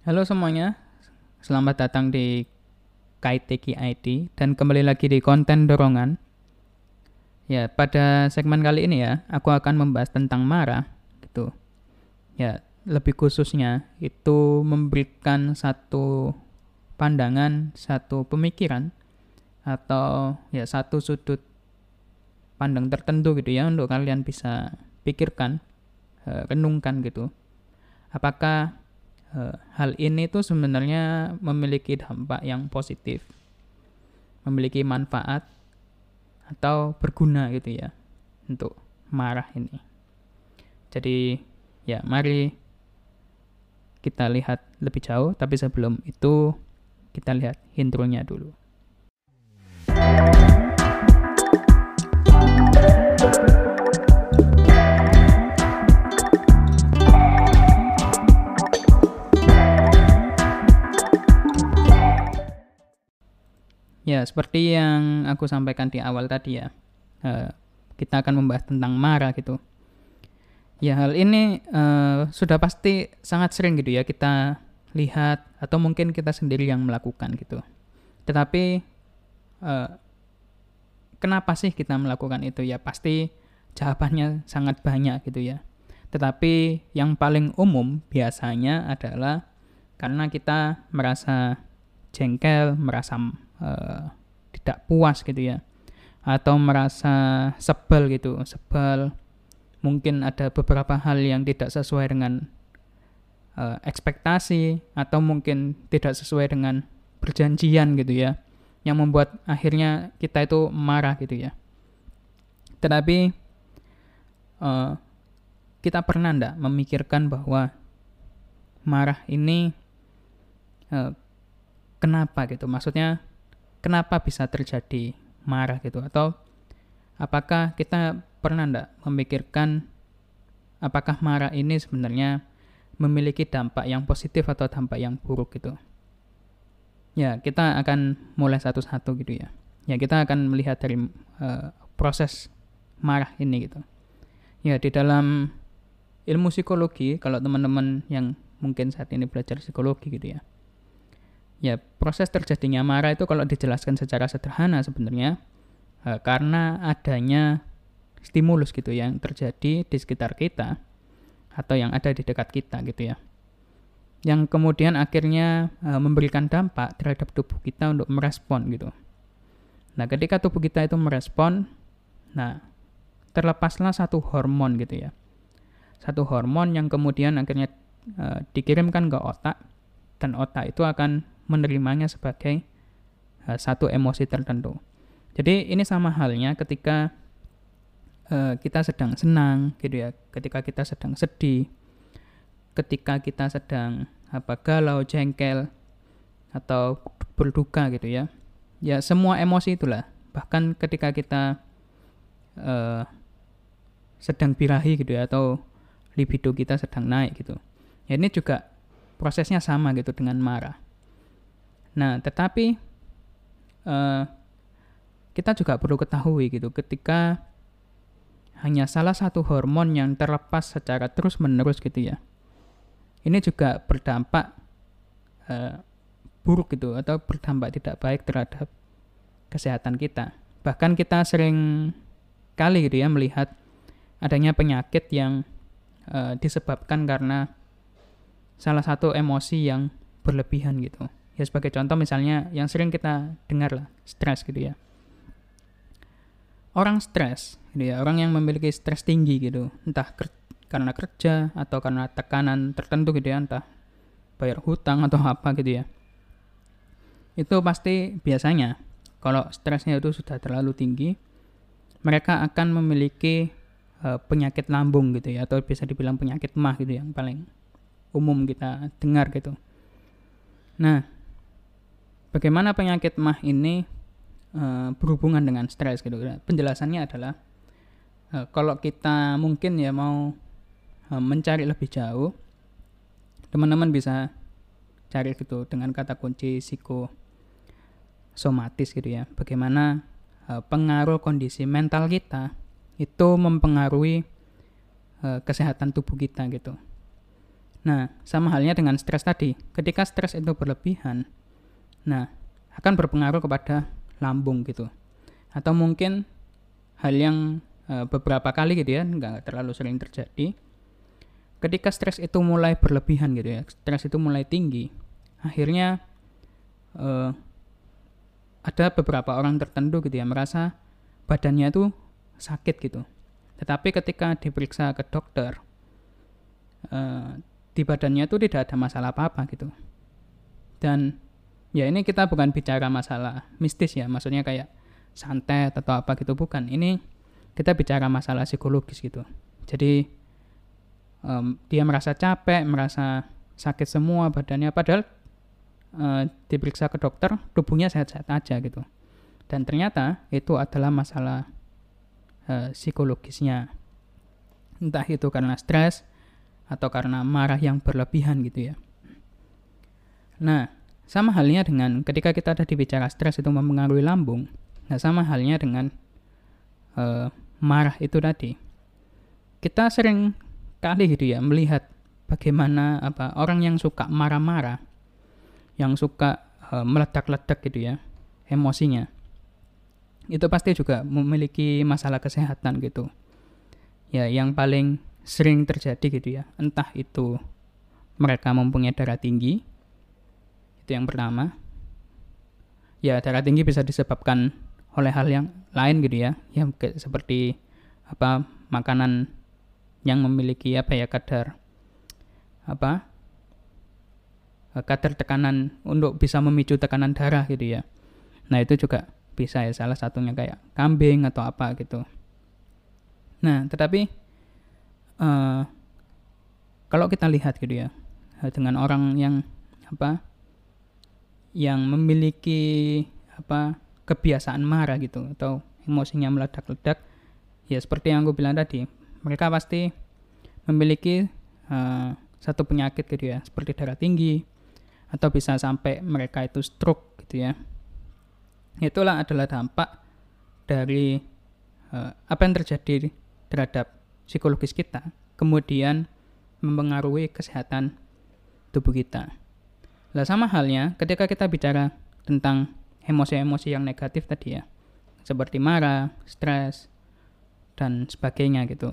Halo semuanya, selamat datang di KITK ID dan kembali lagi di konten dorongan. Ya, pada segmen kali ini ya, aku akan membahas tentang marah gitu. Ya, lebih khususnya itu memberikan satu pandangan, satu pemikiran atau ya satu sudut pandang tertentu gitu ya untuk kalian bisa pikirkan, renungkan gitu. Apakah hal ini tuh sebenarnya memiliki dampak yang positif, memiliki manfaat atau berguna gitu ya untuk marah ini. Jadi ya mari kita lihat lebih jauh, tapi sebelum itu kita lihat intronya dulu. Ya, seperti yang aku sampaikan di awal tadi ya, kita akan membahas tentang marah gitu. Ya, hal ini sudah pasti sangat sering gitu ya kita lihat atau mungkin kita sendiri yang melakukan gitu. Tetapi eh, kenapa sih kita melakukan itu ya? Pasti jawabannya sangat banyak gitu ya. Tetapi yang paling umum biasanya adalah karena kita merasa jengkel, merasa tidak puas gitu ya, atau merasa sebel gitu, sebel. Mungkin ada beberapa hal yang tidak sesuai dengan ekspektasi atau mungkin tidak sesuai dengan perjanjian gitu ya, yang membuat akhirnya kita itu marah gitu ya. Tetapi eh, kita pernah enggak memikirkan bahwa marah ini eh, kenapa gitu? Maksudnya kenapa bisa terjadi marah gitu? Atau apakah kita pernah enggak memikirkan apakah marah ini sebenarnya memiliki dampak yang positif atau dampak yang buruk gitu? Ya, kita akan mulai satu-satu gitu ya. Ya, kita akan melihat dari proses marah ini gitu. Ya, di dalam ilmu psikologi, kalau teman-teman yang mungkin saat ini belajar psikologi gitu ya. Ya, proses terjadinya marah itu kalau dijelaskan secara sederhana sebenarnya karena adanya stimulus gitu yang terjadi di sekitar kita atau yang ada di dekat kita gitu ya. Yang kemudian akhirnya memberikan dampak terhadap tubuh kita untuk merespon gitu. Nah, ketika tubuh kita itu merespon, nah terlepaslah satu hormon gitu ya. Satu hormon yang kemudian akhirnya dikirimkan ke otak dan otak itu akan menerimanya sebagai satu emosi tertentu. Jadi ini sama halnya ketika kita sedang senang gitu ya, ketika kita sedang sedih, ketika kita sedang galau, jengkel atau berduka gitu ya. Ya semua emosi itulah. Bahkan ketika kita sedang birahi gitu ya atau libido kita sedang naik gitu. Ya ini juga prosesnya sama gitu dengan marah. Nah, tetapi kita juga perlu ketahui gitu ketika hanya salah satu hormon yang terlepas secara terus-menerus gitu ya. Ini juga berdampak buruk gitu atau berdampak tidak baik terhadap kesehatan kita. Bahkan kita sering kali gitu ya melihat adanya penyakit yang disebabkan karena salah satu emosi yang berlebihan gitu. Ya sebagai contoh misalnya yang sering kita dengar lah, stres gitu ya. Orang stres gitu ya, orang yang memiliki stres tinggi gitu, entah karena kerja atau karena tekanan tertentu gitu ya, entah bayar hutang atau apa gitu ya. Itu pasti biasanya kalau stresnya itu sudah terlalu tinggi, mereka akan memiliki penyakit lambung gitu ya, atau bisa dibilang penyakit MAH gitu yang paling umum kita dengar gitu. Nah, bagaimana penyakit MAH ini berhubungan dengan stres gitu? Penjelasannya adalah kalau kita mungkin ya mau mencari lebih jauh, teman-teman bisa cari gitu dengan kata kunci psikosomatis gitu ya. Bagaimana pengaruh kondisi mental kita itu mempengaruhi kesehatan tubuh kita gitu. Nah, sama halnya dengan stres tadi. Ketika stres itu berlebihan, nah, akan berpengaruh kepada lambung gitu. Atau mungkin hal yang beberapa kali gitu ya, nggak terlalu sering terjadi. Ketika stres itu mulai berlebihan gitu ya, stres itu mulai tinggi, akhirnya ada beberapa orang tertentu gitu ya, merasa badannya itu sakit gitu. Tetapi ketika diperiksa ke dokter, di badannya itu tidak ada masalah apa-apa gitu. Dan ya ini kita bukan bicara masalah mistis ya, maksudnya kayak santet atau apa gitu, bukan. Ini kita bicara masalah psikologis gitu. Jadi dia merasa capek, merasa sakit semua badannya, padahal diperiksa ke dokter tubuhnya sehat-sehat aja gitu. Dan ternyata itu adalah masalah psikologisnya, entah itu karena stres atau karena marah yang berlebihan gitu ya. Nah, sama halnya dengan ketika kita tadi bicara stres itu mempengaruhi lambung. Nah, sama halnya dengan marah itu tadi. Kita sering kali gitu ya melihat bagaimana orang yang suka marah-marah, yang suka meledak-ledak gitu ya emosinya, itu pasti juga memiliki masalah kesehatan gitu. Ya, yang paling sering terjadi gitu ya, entah itu mereka mempunyai darah tinggi, itu yang pertama. Ya, darah tinggi bisa disebabkan oleh hal yang lain gitu ya, yang seperti makanan yang memiliki kadar kadar tekanan untuk bisa memicu tekanan darah gitu ya. Nah, itu juga bisa ya, salah satunya kayak kambing atau apa gitu. Nah, tetapi kalau kita lihat gitu ya, dengan orang yang yang memiliki kebiasaan marah gitu atau emosinya meledak-ledak, ya seperti yang aku bilang tadi, mereka pasti memiliki satu penyakit gitu ya, seperti darah tinggi, atau bisa sampai mereka itu stroke gitu ya. Itulah adalah dampak dari apa yang terjadi terhadap psikologis kita, kemudian mempengaruhi kesehatan tubuh kita. Nah, sama halnya ketika kita bicara tentang emosi-emosi yang negatif tadi ya, seperti marah, stres, dan sebagainya gitu.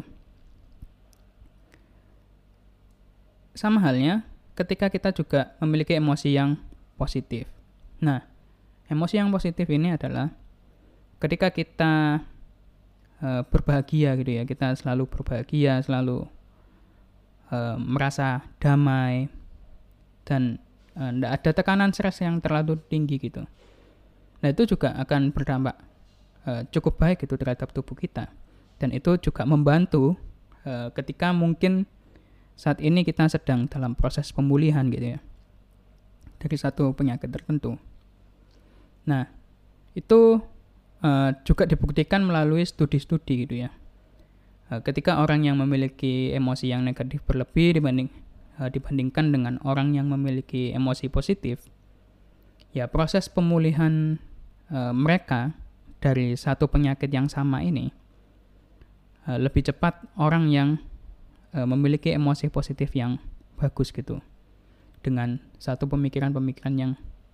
Sama halnya ketika kita juga memiliki emosi yang positif. Nah, emosi yang positif ini adalah ketika kita berbahagia gitu ya, kita selalu berbahagia, selalu merasa damai, dan tidak ada tekanan stres yang terlalu tinggi gitu. Nah, itu juga akan berdampak cukup baik gitu terhadap tubuh kita, dan itu juga membantu ketika mungkin saat ini kita sedang dalam proses pemulihan gitu ya dari satu penyakit tertentu. Nah, itu juga dibuktikan melalui studi-studi gitu ya. Ketika orang yang memiliki emosi yang negatif berlebih dibandingkan dengan orang yang memiliki emosi positif, ya proses pemulihan mereka dari satu penyakit yang sama ini lebih cepat orang yang memiliki emosi positif yang bagus gitu, dengan satu pemikiran-pemikiran yang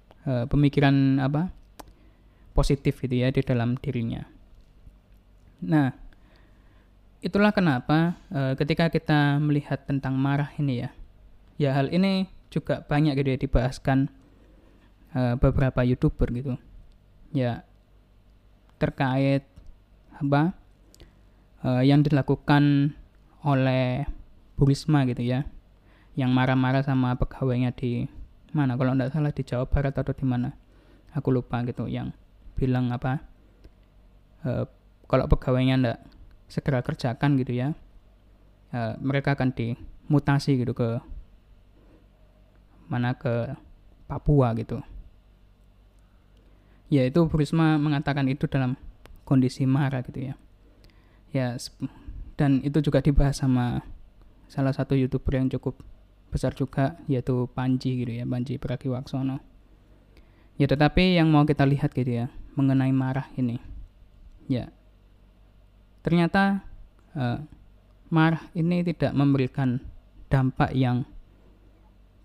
positif gitu ya di dalam dirinya. Nah, itulah kenapa ketika kita melihat tentang marah ini ya hal ini juga banyak gitu ya dibahaskan beberapa YouTuber gitu. Ya, terkait yang dilakukan oleh Bu Risma gitu ya, yang marah-marah sama pegawainya di mana, kalau tidak salah di Jawa Barat atau di mana, aku lupa gitu, yang bilang kalau pegawainya tidak segera kerjakan gitu ya, mereka akan dimutasi gitu ke Papua gitu. Ya, itu Bu Risma mengatakan itu dalam kondisi marah gitu ya. Ya, dan itu juga dibahas sama salah satu YouTuber yang cukup besar juga, yaitu Panji gitu ya, Panji Pragiwaksono. Ya, tetapi yang mau kita lihat gitu ya mengenai marah ini, ya ternyata marah ini tidak memberikan dampak yang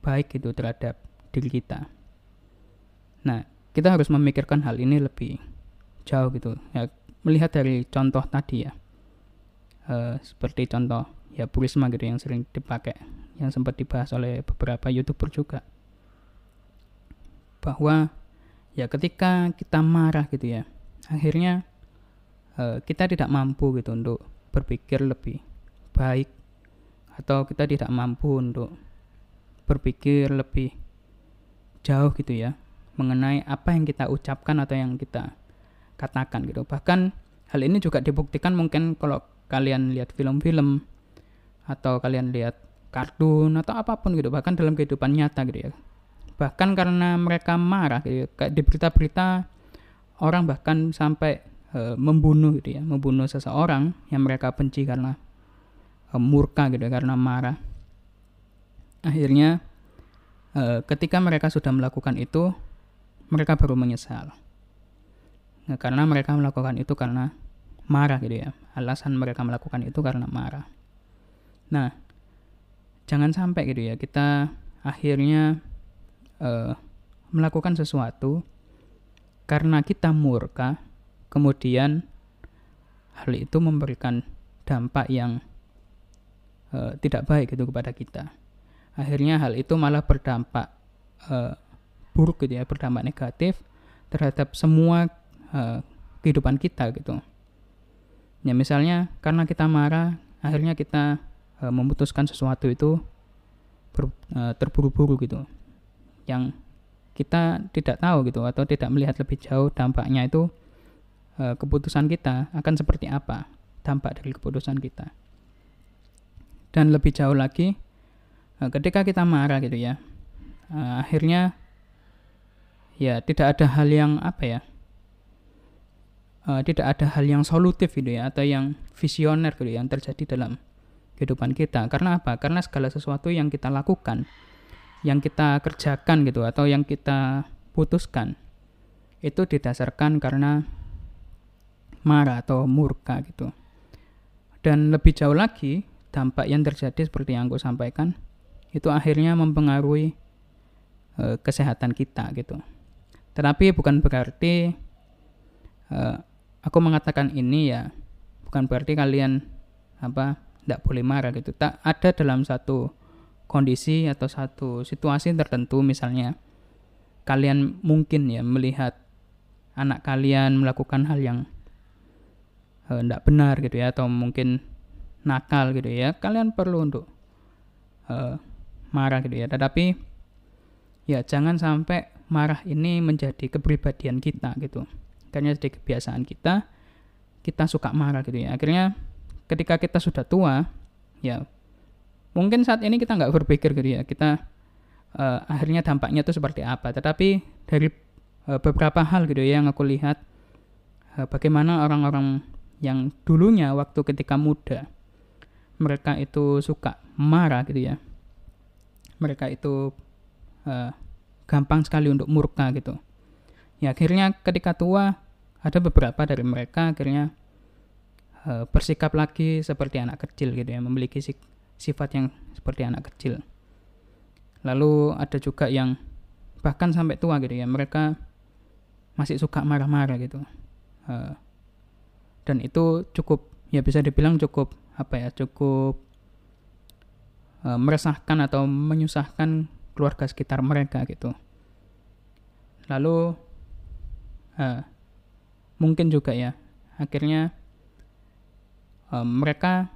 baik gitu terhadap diri kita. Nah, kita harus memikirkan hal ini lebih jauh gitu ya, melihat dari contoh tadi ya, seperti contoh ya Bu Risma gitu yang sering dipakai, yang sempat dibahas oleh beberapa YouTuber juga, bahwa ya ketika kita marah gitu ya, akhirnya kita tidak mampu gitu untuk berpikir lebih baik, atau kita tidak mampu untuk berpikir lebih jauh gitu ya mengenai apa yang kita ucapkan atau yang kita katakan gitu. Bahkan hal ini juga dibuktikan mungkin kalau kalian lihat film-film atau kalian lihat kartun atau apapun gitu, bahkan dalam kehidupan nyata gitu ya. Bahkan karena mereka marah gitu ya, kayak di berita-berita orang bahkan sampai membunuh gitu ya, membunuh seseorang yang mereka benci karena murka gitu ya, karena marah. Akhirnya ketika mereka sudah melakukan itu, mereka baru menyesal. Nah, karena mereka melakukan itu karena marah gitu ya. Alasan mereka melakukan itu karena marah. Nah, jangan sampai gitu ya kita akhirnya melakukan sesuatu karena kita murka, kemudian hal itu memberikan dampak yang tidak baik gitu kepada kita. Akhirnya hal itu malah berdampak buruk gitu ya, berdampak negatif terhadap semua kehidupan kita gitu. Ya misalnya karena kita marah, akhirnya kita memutuskan sesuatu itu terburu-buru gitu, yang kita tidak tahu gitu atau tidak melihat lebih jauh dampaknya itu, keputusan kita akan seperti apa, dampak dari keputusan kita. Dan lebih jauh lagi, ketika kita marah gitu ya, akhirnya ya tidak ada hal yang tidak ada hal yang solutif gitu ya, atau yang visioner gitu yang terjadi dalam kehidupan kita. Karena apa? Karena segala sesuatu yang kita lakukan, yang kita kerjakan gitu, atau yang kita putuskan, itu didasarkan karena marah atau murka gitu. Dan lebih jauh lagi, dampak yang terjadi seperti yang aku sampaikan, itu akhirnya mempengaruhi kesehatan kita gitu. Tetapi bukan berarti aku mengatakan ini ya, bukan berarti kalian tidak boleh marah gitu. Tak ada dalam satu kondisi atau satu situasi tertentu, misalnya kalian mungkin ya melihat anak kalian melakukan hal yang tidak benar gitu ya, atau mungkin nakal gitu ya, kalian perlu untuk marah gitu ya. Tetapi ya jangan sampai marah ini menjadi kepribadian kita gitu. Karena jadi kebiasaan kita suka marah gitu ya. Akhirnya ketika kita sudah tua, ya mungkin saat ini kita nggak berpikir gitu ya, kita akhirnya dampaknya itu seperti apa. Tetapi dari beberapa hal gitu ya yang aku lihat, bagaimana orang-orang yang dulunya waktu ketika muda, mereka itu suka marah gitu ya. Mereka itu gampang sekali untuk murka gitu. Ya akhirnya ketika tua, ada beberapa dari mereka akhirnya bersikap lagi seperti anak kecil gitu ya, memiliki sifat yang seperti anak kecil. Lalu ada juga yang bahkan sampai tua gitu ya, mereka masih suka marah-marah gitu. Dan itu cukup, ya bisa dibilang cukup cukup meresahkan atau menyusahkan keluarga sekitar mereka gitu. Lalu mungkin juga ya akhirnya mereka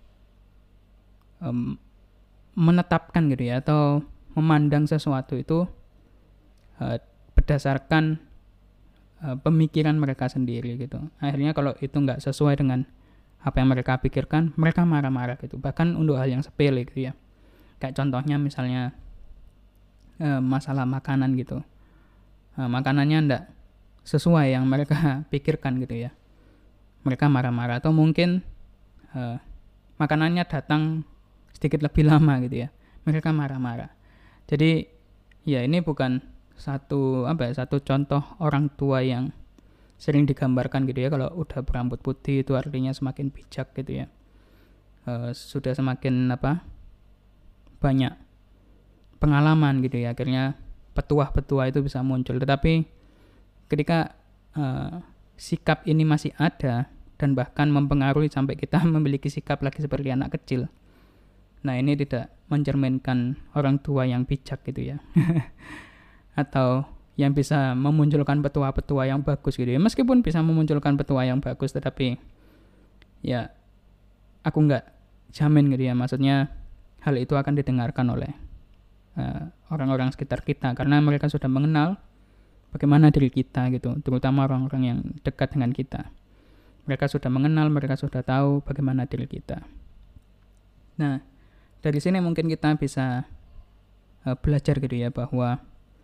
menetapkan gitu ya, atau memandang sesuatu itu berdasarkan pemikiran mereka sendiri gitu. Akhirnya kalau itu nggak sesuai dengan apa yang mereka pikirkan, mereka marah-marah gitu. Bahkan untuk hal yang sepele gitu ya. Kayak contohnya misalnya masalah makanan gitu. Makanannya nggak sesuai yang mereka pikirkan gitu ya. Mereka marah-marah, atau mungkin makanannya datang sedikit lebih lama gitu ya. Mereka marah-marah. Jadi ya ini bukan satu contoh orang tua yang sering digambarkan gitu ya, kalau udah berambut putih itu artinya semakin bijak gitu ya. Sudah semakin banyak pengalaman gitu ya, akhirnya petuah-petuah itu bisa muncul. Tetapi ketika sikap ini masih ada dan bahkan mempengaruhi sampai kita memiliki sikap lagi seperti anak kecil, nah ini tidak mencerminkan orang tua yang bijak gitu ya. Atau yang bisa memunculkan petua-petua yang bagus gitu ya. Meskipun bisa memunculkan petua yang bagus, tetapi ya aku nggak jamin gitu ya. Maksudnya hal itu akan didengarkan oleh orang-orang sekitar kita, karena mereka sudah mengenal bagaimana diri kita gitu, terutama orang-orang yang dekat dengan kita. Mereka sudah mengenal, mereka sudah tahu bagaimana diri kita. Nah, dari sini mungkin kita bisa belajar gitu ya, bahwa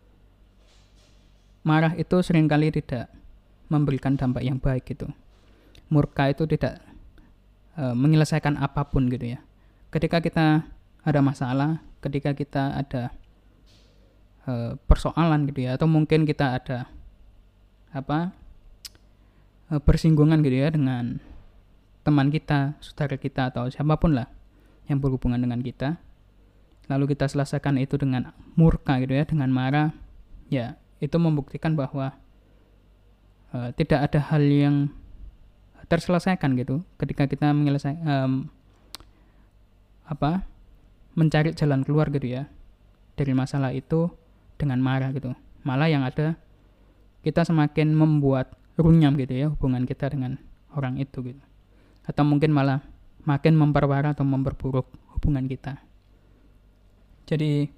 marah itu seringkali tidak memberikan dampak yang baik gitu. Murka itu tidak menyelesaikan apapun gitu ya. Ketika kita ada masalah, ketika kita ada persoalan gitu ya, atau mungkin kita ada bersinggungan gitu ya dengan teman kita, saudara kita, atau siapapun lah yang berhubungan dengan kita, lalu kita selesaikan itu dengan murka gitu ya, dengan marah, ya itu membuktikan bahwa tidak ada hal yang terselesaikan gitu ketika kita mencari jalan keluar gitu ya dari masalah itu dengan marah gitu. Malah yang ada kita semakin membuat runyam gitu ya hubungan kita dengan orang itu gitu. Atau mungkin malah makin memperparah atau memperburuk hubungan kita. Jadi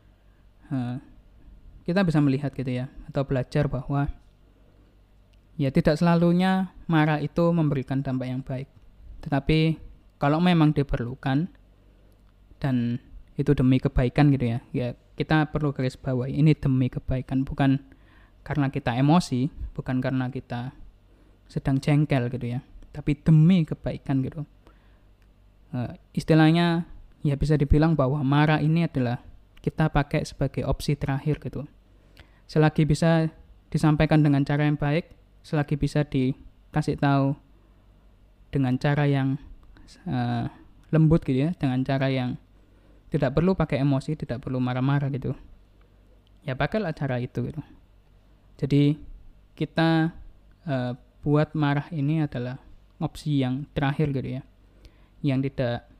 kita bisa melihat gitu ya, atau belajar bahwa ya tidak selalunya marah itu memberikan dampak yang baik. Tetapi kalau memang diperlukan dan itu demi kebaikan gitu ya, ya kita perlu garis bawahi ini demi kebaikan, bukan karena kita emosi, bukan karena kita sedang jengkel gitu ya, tapi demi kebaikan gitu. Istilahnya ya bisa dibilang bahwa marah ini adalah kita pakai sebagai opsi terakhir gitu. Selagi bisa disampaikan dengan cara yang baik, selagi bisa dikasih tahu dengan cara yang lembut gitu ya, dengan cara yang tidak perlu pakai emosi, tidak perlu marah-marah gitu, ya pakailah cara itu gitu. Jadi kita buat marah ini adalah opsi yang terakhir gitu ya, yang tidak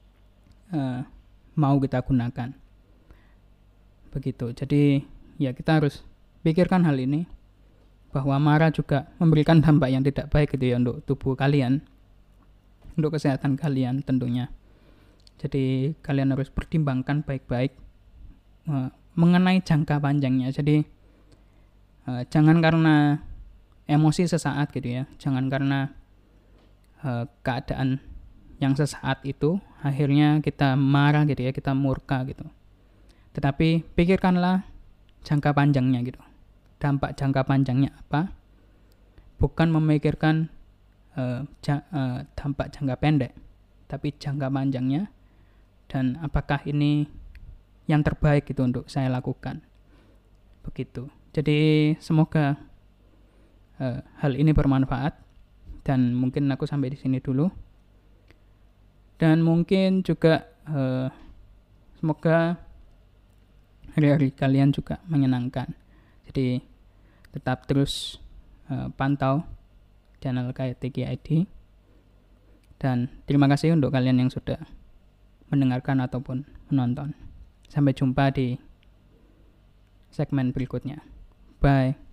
mau kita gunakan begitu. Jadi ya kita harus pikirkan hal ini, bahwa marah juga memberikan dampak yang tidak baik gitu ya untuk tubuh kalian, untuk kesehatan kalian tentunya. Jadi kalian harus pertimbangkan baik-baik mengenai jangka panjangnya. Jadi jangan karena emosi sesaat gitu ya, jangan karena keadaan yang sesaat itu akhirnya kita marah gitu ya, kita murka gitu. Tetapi pikirkanlah jangka panjangnya gitu, dampak jangka panjangnya apa, bukan memikirkan dampak jangka pendek, tapi jangka panjangnya, dan apakah ini yang terbaik gitu untuk saya lakukan begitu. Jadi semoga hal ini bermanfaat, dan mungkin aku sampai di sini dulu, dan mungkin juga semoga hari-hari kalian juga menyenangkan. Jadi tetap terus pantau channel KTG ID, dan terima kasih untuk kalian yang sudah mendengarkan ataupun menonton. Sampai jumpa di segmen berikutnya. Bye.